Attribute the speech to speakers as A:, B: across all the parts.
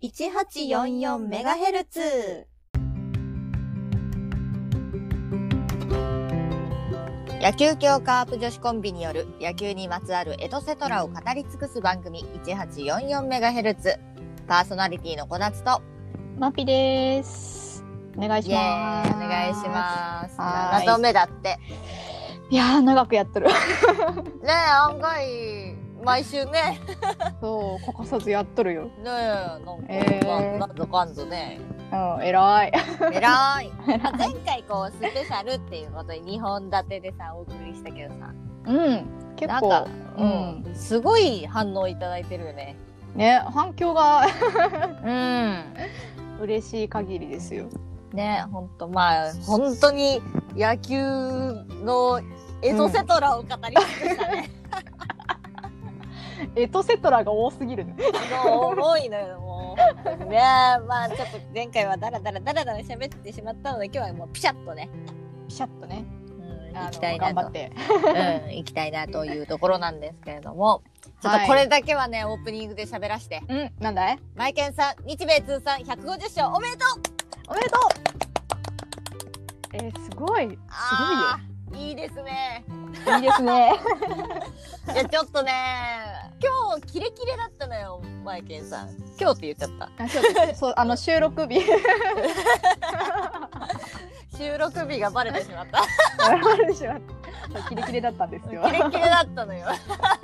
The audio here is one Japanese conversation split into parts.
A: 1844MHz。
B: 野球協カープ女子コンビによる野球にまつわるエトセトラを語り尽くす番組 1844MHz。 パーソナリティの小夏と
C: マピです。お願いします。
B: お願いします。7度目だって。
C: いやー長くやっとるね
B: え、案外毎週ね
C: そう欠かさずやっとるよ
B: ねえ、なんぞかんぞね。
C: 偉い
B: 偉い前回こうスペシャルっていうことで2本立てでさお送りしたけどさ、
C: 結構
B: なんか、すごい反応いただいてるよね。
C: ね、反響が
B: うん
C: 嬉しい限りですよ
B: ね。ほんとまあ本当に野球のエトセトラを語り尽くしたね、
C: エトセトラが多すぎるね
B: 多いのよもうね。まあちょっと前回はダラダラ喋ってしまったので、今日はもうピシャッとね行きたいなと
C: 頑張って
B: 行きたいなというところなんですけれども、ちょっとこれだけはね、オープニングで喋らして。
C: なんだい？
B: マイケンさん、日米通算150勝おめでとう。
C: すごいよ。
B: いいですね。
C: いいですね
B: いやちょっとね、今日キレキレだったのよ、マイケンさん。今日って言っちゃった。
C: そう収録日
B: 収録日がバレてしまった
C: キレキレだったんですよ。
B: キレキレだったのよ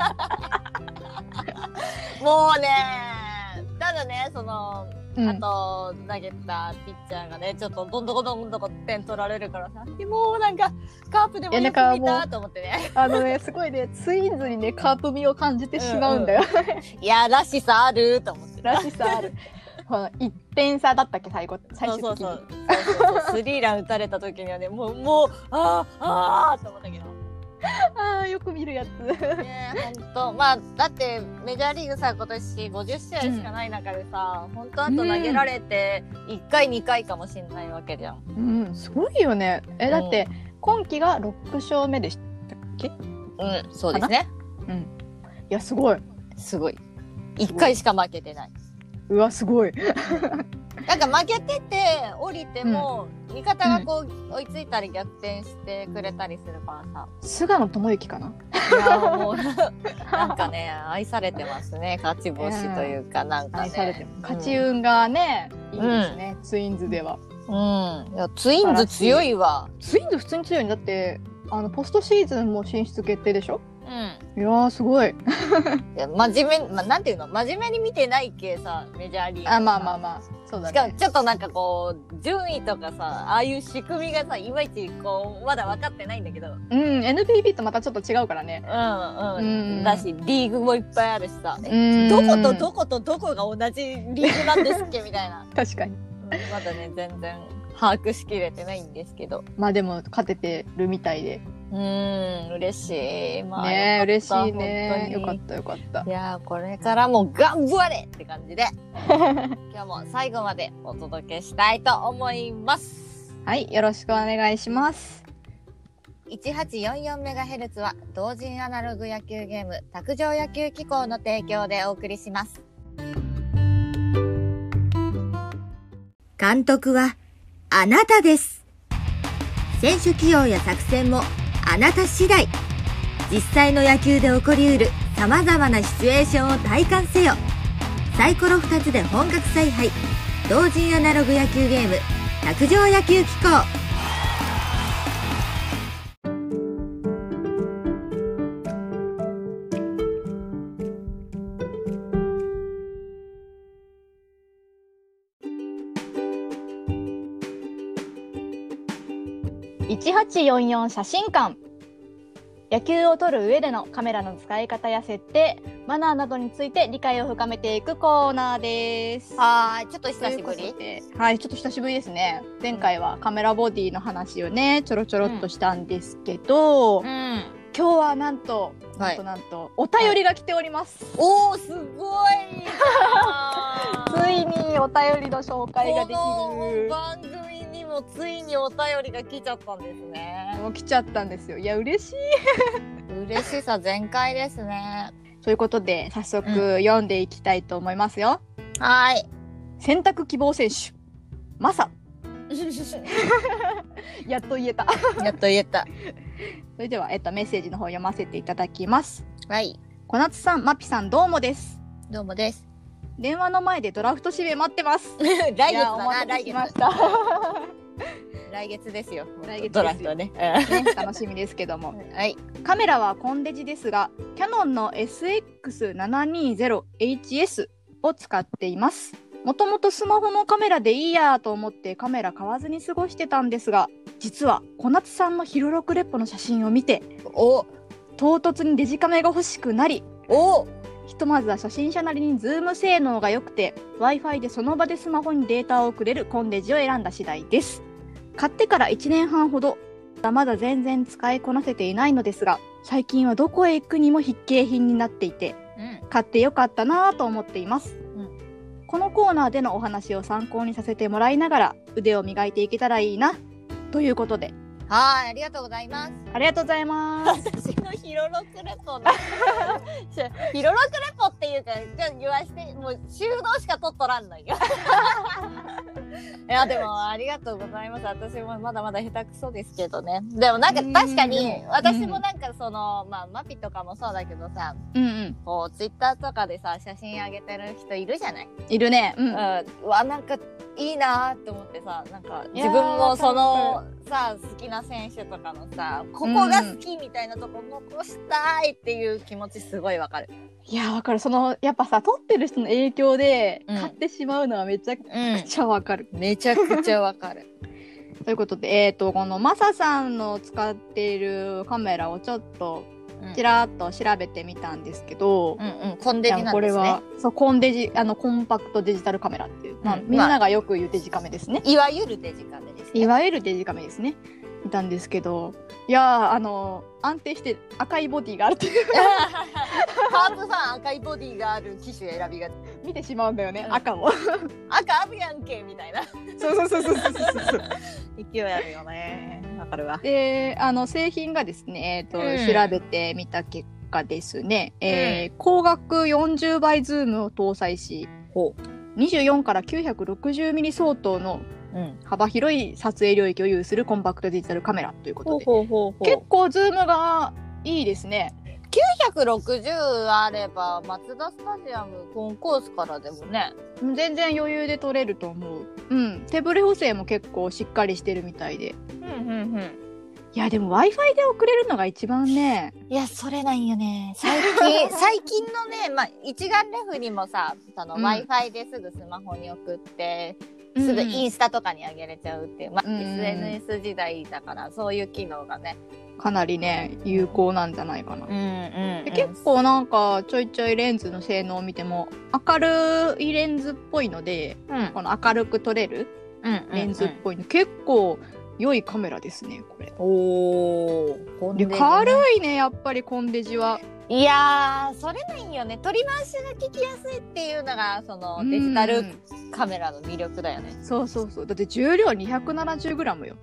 B: もうね、ただね、そのあと投げたピッチャーがね、ちょっとどんどこ点取られるからさ、もうなんかカープでもよく見たと思ってね。
C: すごいね、ツインズにねカープ味を感じてしまうんだよ、
B: いやらしさあると思って。
C: らしさある1点差だったっけ最終的に。そう
B: スリーラン打たれた時にはね、もうあと思ったけど
C: よく見るやつ
B: ね。ほんとまあだってメジャーリーグさ、今年50試合しかない中でさ、ほんとあと投げられて1回2回かもしれないわけじゃん。
C: すごいよね。だって今季が6勝目でしたっけ？
B: そうですね。
C: いやすごい
B: 1回しか負けてない。
C: うわすごい
B: なんか負けてて降りても、味方がこう追いついたり逆転してくれたりするからさ。
C: 菅野智之かな。
B: いやもうなんかね、愛されてますね、勝ち星というか、なんかね、
C: 愛されて勝ち運がね、いいですね、ツインズでは。
B: いやツインズ強いわ。
C: ツインズ普通に強いんだって。ポストシーズンも進出決定でしょ。いやーすごい。
B: いや真面目、なんていうの、真面目に見てないけさ、メジャーリーグ。
C: まあそうだね。
B: しかもちょっとなんかこう順位とかさ、ああいう仕組みがさ、いまいちこうまだ分かってないんだけど。
C: NPB とまたちょっと違うからね。
B: だしリーグもいっぱいあるしさ、どことどことどこが同じリーグなんですっけみたいな。
C: 確かに。
B: まだね全然把握しきれてないんですけど。
C: まあでも勝ててるみたいで。
B: 嬉しい。まあ
C: ね、嬉しいね。よかった。
B: いやこれからも頑張れって感じで今日も最後までお届けしたいと思います。
C: はい、よろしくお願いします。
B: 1844MHz は同人アナログ野球ゲーム卓上野球機構の提供でお送りします。監督はあなたです。選手起用や作戦もあなた次第。実際の野球で起こりうる様々なシチュエーションを体感せよ。サイコロ2つで本格采配。同人アナログ野球ゲーム卓上野球機構。
C: 1844写真館。野球を撮る上でのカメラの使い方や設定、マナーなどについて理解を深めていくコーナーです。
B: ちょっと久しぶり。
C: はい、ちょっと久しぶりですね。前回はカメラボディの話をね、ちょろっとしたんですけど、今日はなんとお便りが来ております。
B: おー、すごい
C: ついにお便りの紹介ができる。
B: この番組にもついにお便りが来ちゃったんですね。
C: もう来ちゃったんですよ。いや嬉しい
B: 嬉しさ全開ですね。
C: ということで早速、読んでいきたいと思いますよ。
B: はい。
C: 選択希望選手マサやっと言えた
B: やっと言えた。
C: それでは、メッセージの方読ませていただきます。
B: はい。
C: 小夏さん、まぴさん、どうもです。
B: どうもです。
C: 電話の前でドラフト指名待ってます
B: 来月だな、
C: 来月。
B: 来月ですよ。
C: 来月
B: ドラフトね。
C: 楽しみですけども。
B: はい。
C: カメラはコンデジですが、キャノンの SX720HS を使っています。もともとスマホのカメラでいいやと思ってカメラ買わずに過ごしてたんですが、実は小夏さんのヒロロクレポの写真を見て、唐突にデジカメが欲しくなり、ひとまずは初心者なりにズーム性能が良くて Wi-Fi でその場でスマホにデータを送れるコンデジを選んだ次第です。買ってから1年半ほど、まだ全然使いこなせていないのですが、最近はどこへ行くにも必携品になっていて、買ってよかったなぁと思っています。このコーナーでのお話を参考にさせてもらいながら腕を磨いていけたらいいなということで。
B: はい、ありがとうございます。
C: ありがとうございます。
B: 私のヒロロクレポね。ヒロロクレポっていうか、じゃあ言わして、もう修道しか取っとらんのよ。いや、でもありがとうございます。私もまだまだ下手くそですけどね。でもなんか確かに、私もなんかその、まあ、マピとかもそうだけどさ、こう、ツイッターとかでさ、写真上げてる人いるじゃない？
C: いるね。
B: うわ、なんか、いいなーって思ってさ、なんか自分もそのさ、好きな選手とかのさ、ここが好きみたいなとこ残したいっていう気持ちすごいわかる。
C: いや、わかる。そのやっぱさ、撮ってる人の影響で買ってしまうのはめちゃくちゃわかる。
B: めちゃくちゃわかる。
C: ということで、このマサさんの使っているカメラをちょっとちらっと調べてみたんですけど、
B: コンデジなんですね。
C: これはそうコンデジ、コンパクトデジタルカメラっていう、みんながよく言うデジカメですね。
B: いわゆるデジカメですね。
C: いわゆるデジカメですね。見たんですけど、いやー、安定して赤いボディがあるっていう
B: ハープさん、赤いボディがある機種選びが
C: 見てしまうんだよね、赤も
B: 赤あるやんけみたいな。
C: そう
B: 勢いあるよね。わかるわ。
C: で、製品がですね、調べてみた結果ですね、光学40倍ズームを搭載し、24から960ミリ相当の幅広い撮影領域を有するコンパクトデジタルカメラということで、結構ズームがいいですね。
B: 960あれば松田スタジアムコンコースからでもね、
C: 全然余裕で撮れると思う。手ブレ補正も結構しっかりしてるみたいで。いやでも Wi-Fi で送れるのが一番ね。
B: いやそれなんよね。最近のね、まあ一眼レフにもさ、Wi-Fi ですぐスマホに送って。すぐインスタとかに上げれちゃうっていう、SNS 時代だからそういう機能がね
C: かなりね有効なんじゃないかな。で結構なんかちょいちょいレンズの性能を見ても明るいレンズっぽいので、この明るく撮れるレンズっぽいの、結構良いカメラですねこれ。で軽いねやっぱりコンデジは。
B: いやーそれないよね。取り回しが効きやすいっていうのがそのデジタルカメラの魅力だよね。
C: そうだって重量 270g よ。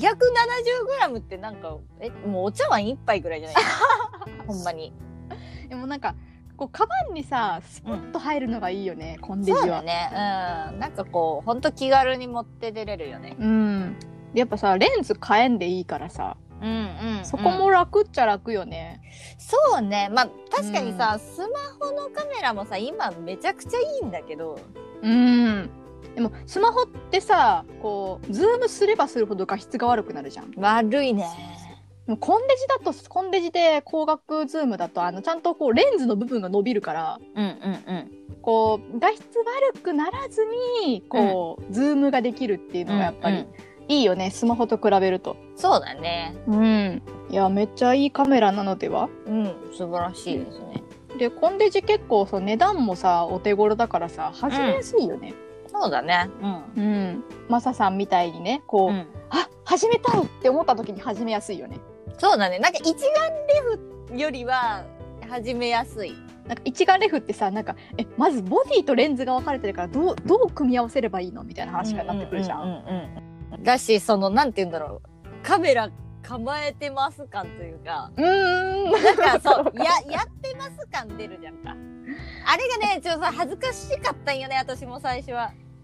B: 270g ってなんかもうお茶碗一杯ぐらいじゃないほんまに。
C: でもなんかこうカバンにさスポッと入るのがいいよね、コンデジは。
B: そうだね。なんかこうほんと気軽に持って出れるよね。
C: でやっぱさレンズ変えんでいいからさ、そこも楽っちゃ楽よね。
B: そうね。まあ確かにさ、スマホのカメラもさ今めちゃくちゃいいんだけど、
C: でもスマホってさこうズームすればするほど画質が悪くなるじゃん。
B: 悪いね。
C: でもコンデジで光学ズームだとちゃんとこうレンズの部分が伸びるから、こう画質悪くならずにこう、ズームができるっていうのがやっぱり、いいよねスマホと比べると。
B: そうだね。
C: いやめっちゃいいカメラなのでは。
B: 素晴らしいですね。
C: でコンデジ結構値段もさお手頃だからさ始めやすいよね。
B: そうだね。
C: マサさんみたいにねこう、始めたいって思った時に始めやすいよね。
B: そうだね。なんか一眼レフよりは始めやすい。
C: なんか一眼レフってさなんかまずボディとレンズが分かれてるからどう組み合わせればいいのみたいな話になってくるじゃん。
B: だしそのなんて言うんだろう、カメラ構えてます感というか、なんかそうやってます感出るじゃんか。あれがねちょっと恥ずかしかったんよね私も最初は。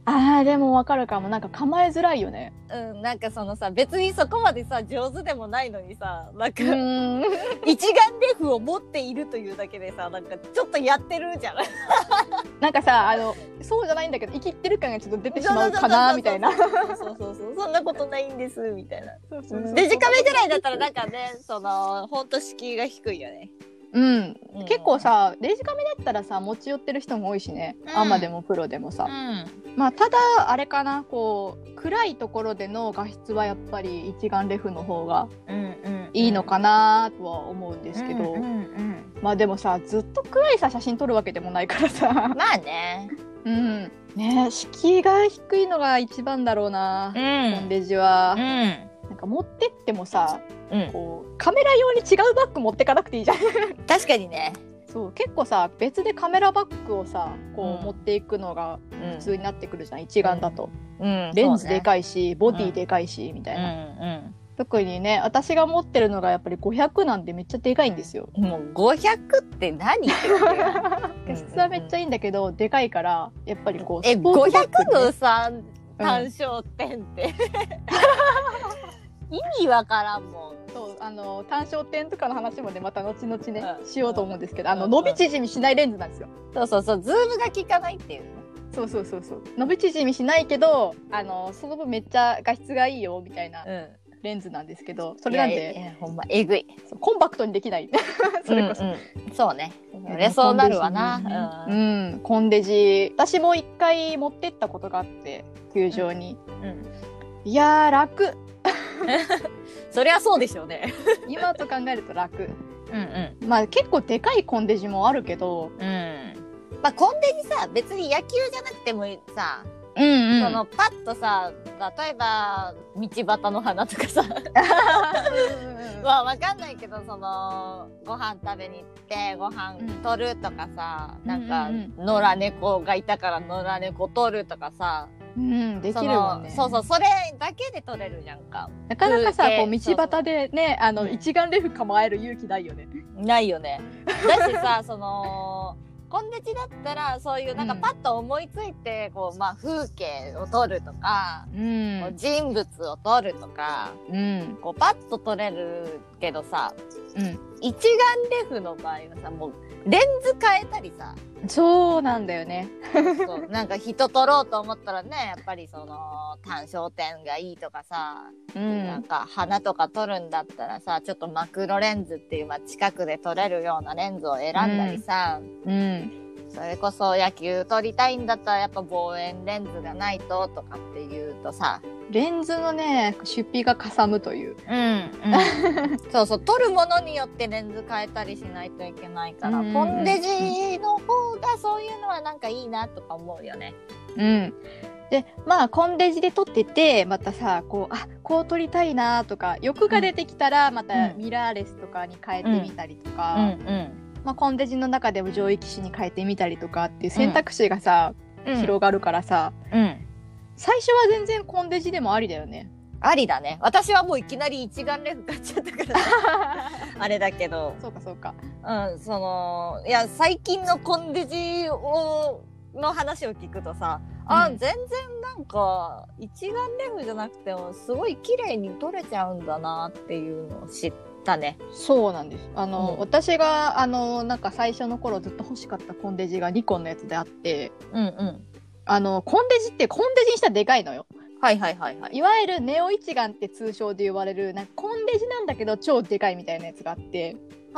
C: でもわかるかも。なんか構えづらいよね。
A: なんかそのさ、別にそこまでさ上手でもないのにさ、なんか一眼レフを持っているというだけでさ、なんかちょっとやってるじゃん。
C: なんかさ、そうじゃないんだけど生きってる感がちょっと出てしまうかなみたいな。
A: そうそんなことないんですみたいな。デジカメぐらいだったらなんかね、そのほんと敷居が低いよね。
C: 結構さデジカメだったらさ持ち寄ってる人も多いしね、アマでもプロでもさ、まあただあれかな、こう暗いところでの画質はやっぱり一眼レフの方がいいのかなとは思うんですけど、まあでもさずっと暗いさ写真撮るわけでもないからさ
A: まあね
C: ね、敷居が低いのが一番だろうな、コンデジは。なんか持ってってもさ、こうカメラ用に違うバッグ持ってかなくていいじゃん。
A: 確かにね。
C: そう結構さ別でカメラバッグをさこう持っていくのが普通になってくるじゃん、一眼だと、レンズでかいし、ボディでかいし、みたいな、特にね私が持ってるのがやっぱり500なんでめっちゃでかいんですよ。
A: もう500って何って
C: 画質はめっちゃいいんだけど、でかいからやっぱりこうスポーツバッグ、ね、
A: 500のさ単焦点って、意味わからんもん。
C: そう単焦点とかの話もねまた後々ね、しようと思うんですけど、伸び縮みしないレンズなんですよ。
A: そうズームが効かないっていうね。
C: そう伸び縮みしないけどその分めっちゃ画質がいいよみたいなレンズなんですけど、それなんで
A: ほんまえぐい、
C: コンパクトにできないそれこそ、
A: そうね、そうなるわな。
C: コンデジ私も一回持ってったことがあって球場に、いやー楽
A: そりゃそうでしょうね。
C: 今と考えると楽。まあ結構でかいコンデジもあるけど、
A: まあコンデジさ別に野球じゃなくてもさ、そのパッとさ例えば道端の花とかさまあわかんないけど、そのご飯食べに行ってご飯取るとかさ、なんか野良猫がいたから野良猫取るとかさ、
C: できるもんね。
A: そうそれだけで撮れるじゃんか。
C: なかなかさこう道端でね一眼レフ構える勇気ないよね。
A: ないよね。だしさそのコンデジだったらそういうなんかパッと思いついてこう、まあ、風景を撮るとか、こう人物を撮るとか、こうパッと撮れるけどさ、一眼レフの場合はさもうレンズ変えたりさ、
C: そうなんだよね。
A: そうなんか人撮ろうと思ったらねやっぱりその単焦点がいいとかさ、なんか花とか撮るんだったらさちょっとマクロレンズっていう、まあ、近くで撮れるようなレンズを選んだりさ、それこそ野球撮りたいんだったらやっぱ望遠レンズがないととかっていうとさ、
C: レンズのね出費がかさむという、
A: そう撮るものによってレンズ変えたりしないといけないから、コンデジの方がそういうのはなんかいいなとか思うよね。
C: でまあコンデジで撮っててまたさこう撮りたいなとか欲が出てきたらまたミラーレスとかに変えてみたりとか、まあ、コンデジの中でも上位機種に変えてみたりとかっていう選択肢がさ、広がるからさ、最初は全然コンデジでもありだよね。
A: ありだね。私はもういきなり一眼レフ買っちゃったからあれだけど、
C: そうか
A: そのいや最近のコンデジの話を聞くとさ、全然なんか一眼レフじゃなくてもすごい綺麗に撮れちゃうんだなっていうのを知ったね。そうなんです。
C: 私がなんか最初の頃ずっと欲しかったコンデジがニコンのやつであって、コンデジってコンデジにしたらでかいのよ。いわゆるネオ一眼って通称で呼ばれるなんかコンデジなんだけど超でかいみたいなやつがあって、ク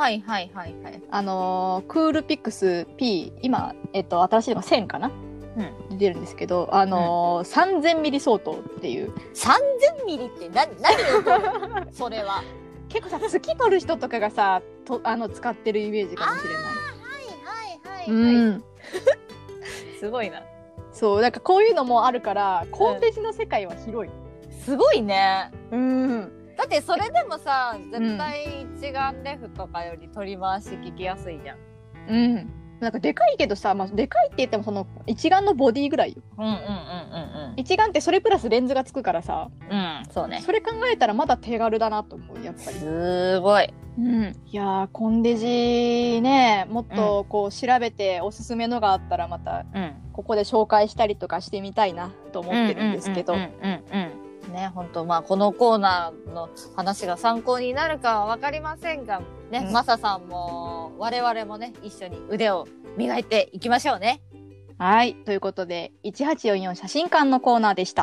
C: ールピックス P 今新しいのが1000かな、出るんですけど3000ミリ相当っていう。
A: 3000ミリって何を撮るそれは
C: 結構さ月撮る人とかがさ使ってるイメージかもしれない。
A: すごいな。
C: そうなんかこういうのもあるからコンデジの世界は広い、
A: すごいね。だってそれでもさ絶対一眼レフとかより取り回し聞きやすいじゃん。
C: なんかでかいけどさ、まあ、でかいって言ってもその一眼のボディぐらいよ。一眼ってそれプラスレンズがつくからさ、
A: そうね。
C: それ考えたらまだ手軽だなと思うやっぱり。
A: すごい。
C: いやーコンデジねもっとこう調べておすすめのがあったらまたここで紹介したりとかしてみたいなと思ってるんですけど。
A: ね、本当まあこのコーナーの話が参考になるかはわかりませんが、ね、マサさんも我々もね一緒に腕を磨いていきましょうね。
C: はい、ということで1844写真館のコーナーでした。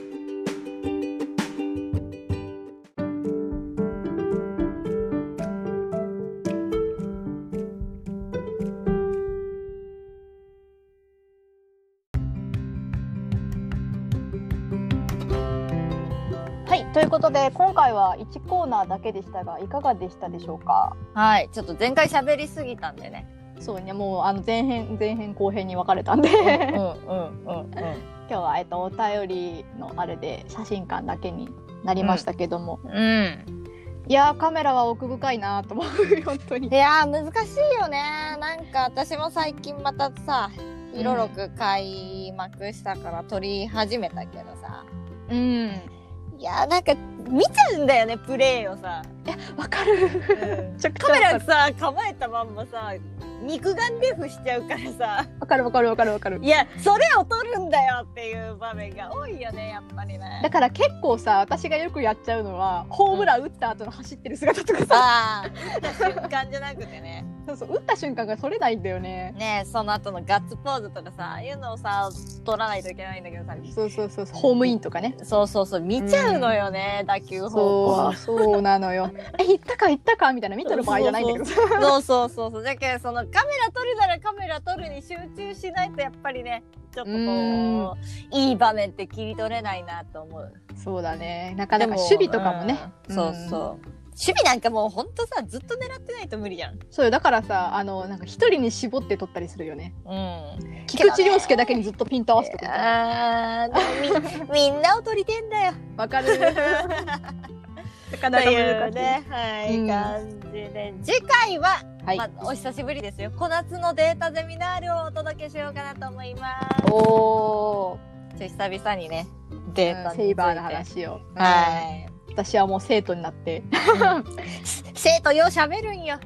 C: ということで今回は1コーナーだけでしたがいかがでしたでしょうか。
A: はい、ちょっと前回喋りすぎたんでね。
C: そうね、もう前編後編に分かれたんで今日はお便りのあれで写真館だけになりましたけども、いやカメラは奥深いなと思う本当に。
A: いや難しいよね。なんか私も最近またさヒロロク開幕したから撮り始めたけどさ、いやなんか見ちゃうんだよねプレイをさ。
C: いやわかる、
A: カメラさ構えたまんまさ肉眼レフしちゃうからさ。
C: わかる。
A: いやそれを撮るんだよっていう場面が多いよねやっぱりね。
C: だから結構さ私がよくやっちゃうのはホームラン打った後の走ってる姿とかさ、
A: 打った瞬間じゃなくてね
C: そう打った瞬間が撮れないんだよね。
A: ねえその後のガッツポーズとかさああいうのをさ撮らないといけないんだけどさ。
C: そうホームインとかね。
A: そう見ちゃうのよね、打球方向。
C: そうなのよ行ったかみたいな見てる場合じゃないんだけど
A: そうだけどそのカメラ撮るならカメラ撮るに集中しないとやっぱりねちょっとこういい場面って切り取れないなと思う。
C: そうだね、なかなか守備とかもね、
A: そう守備なんかもうほんとさずっと狙ってないと無理じゃん。
C: そうよ、だからさなんか一人に絞って撮ったりするよね。菊池涼介だけにずっっとピント合わせてくる。
A: みんなを撮りてんだよ。
C: わかるなかなか難しいね。
A: 感じで次回は、お久しぶりですよ小夏のデータゼミナールをお届けしようかなと思います。久々にねデータ
C: セイバーの話を。私はもう生徒になって
A: 生徒よう喋るんよ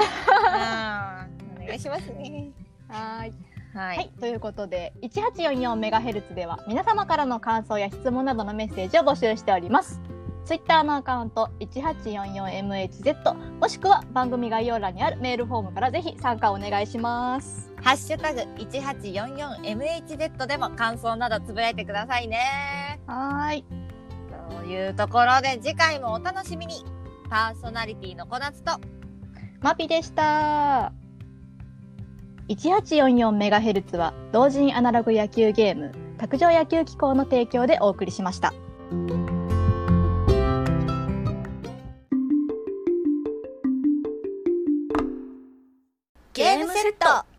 A: お願いしますね。
C: はい、ということで 1844MHz では皆様からの感想や質問などのメッセージを募集しております。ツイッターのアカウント 1844MHz もしくは番組概要欄にあるメールフォームからぜひ参加お願いします。
A: ハッシュタグ 1844MHz でも感想などつぶやいてくださいね。というところで次回もお楽しみに。パーソナリティの小夏と
C: マピでした。1844MHz は同人アナログ野球ゲーム卓上野球機構の提供でお送りしました。
A: ゲームセット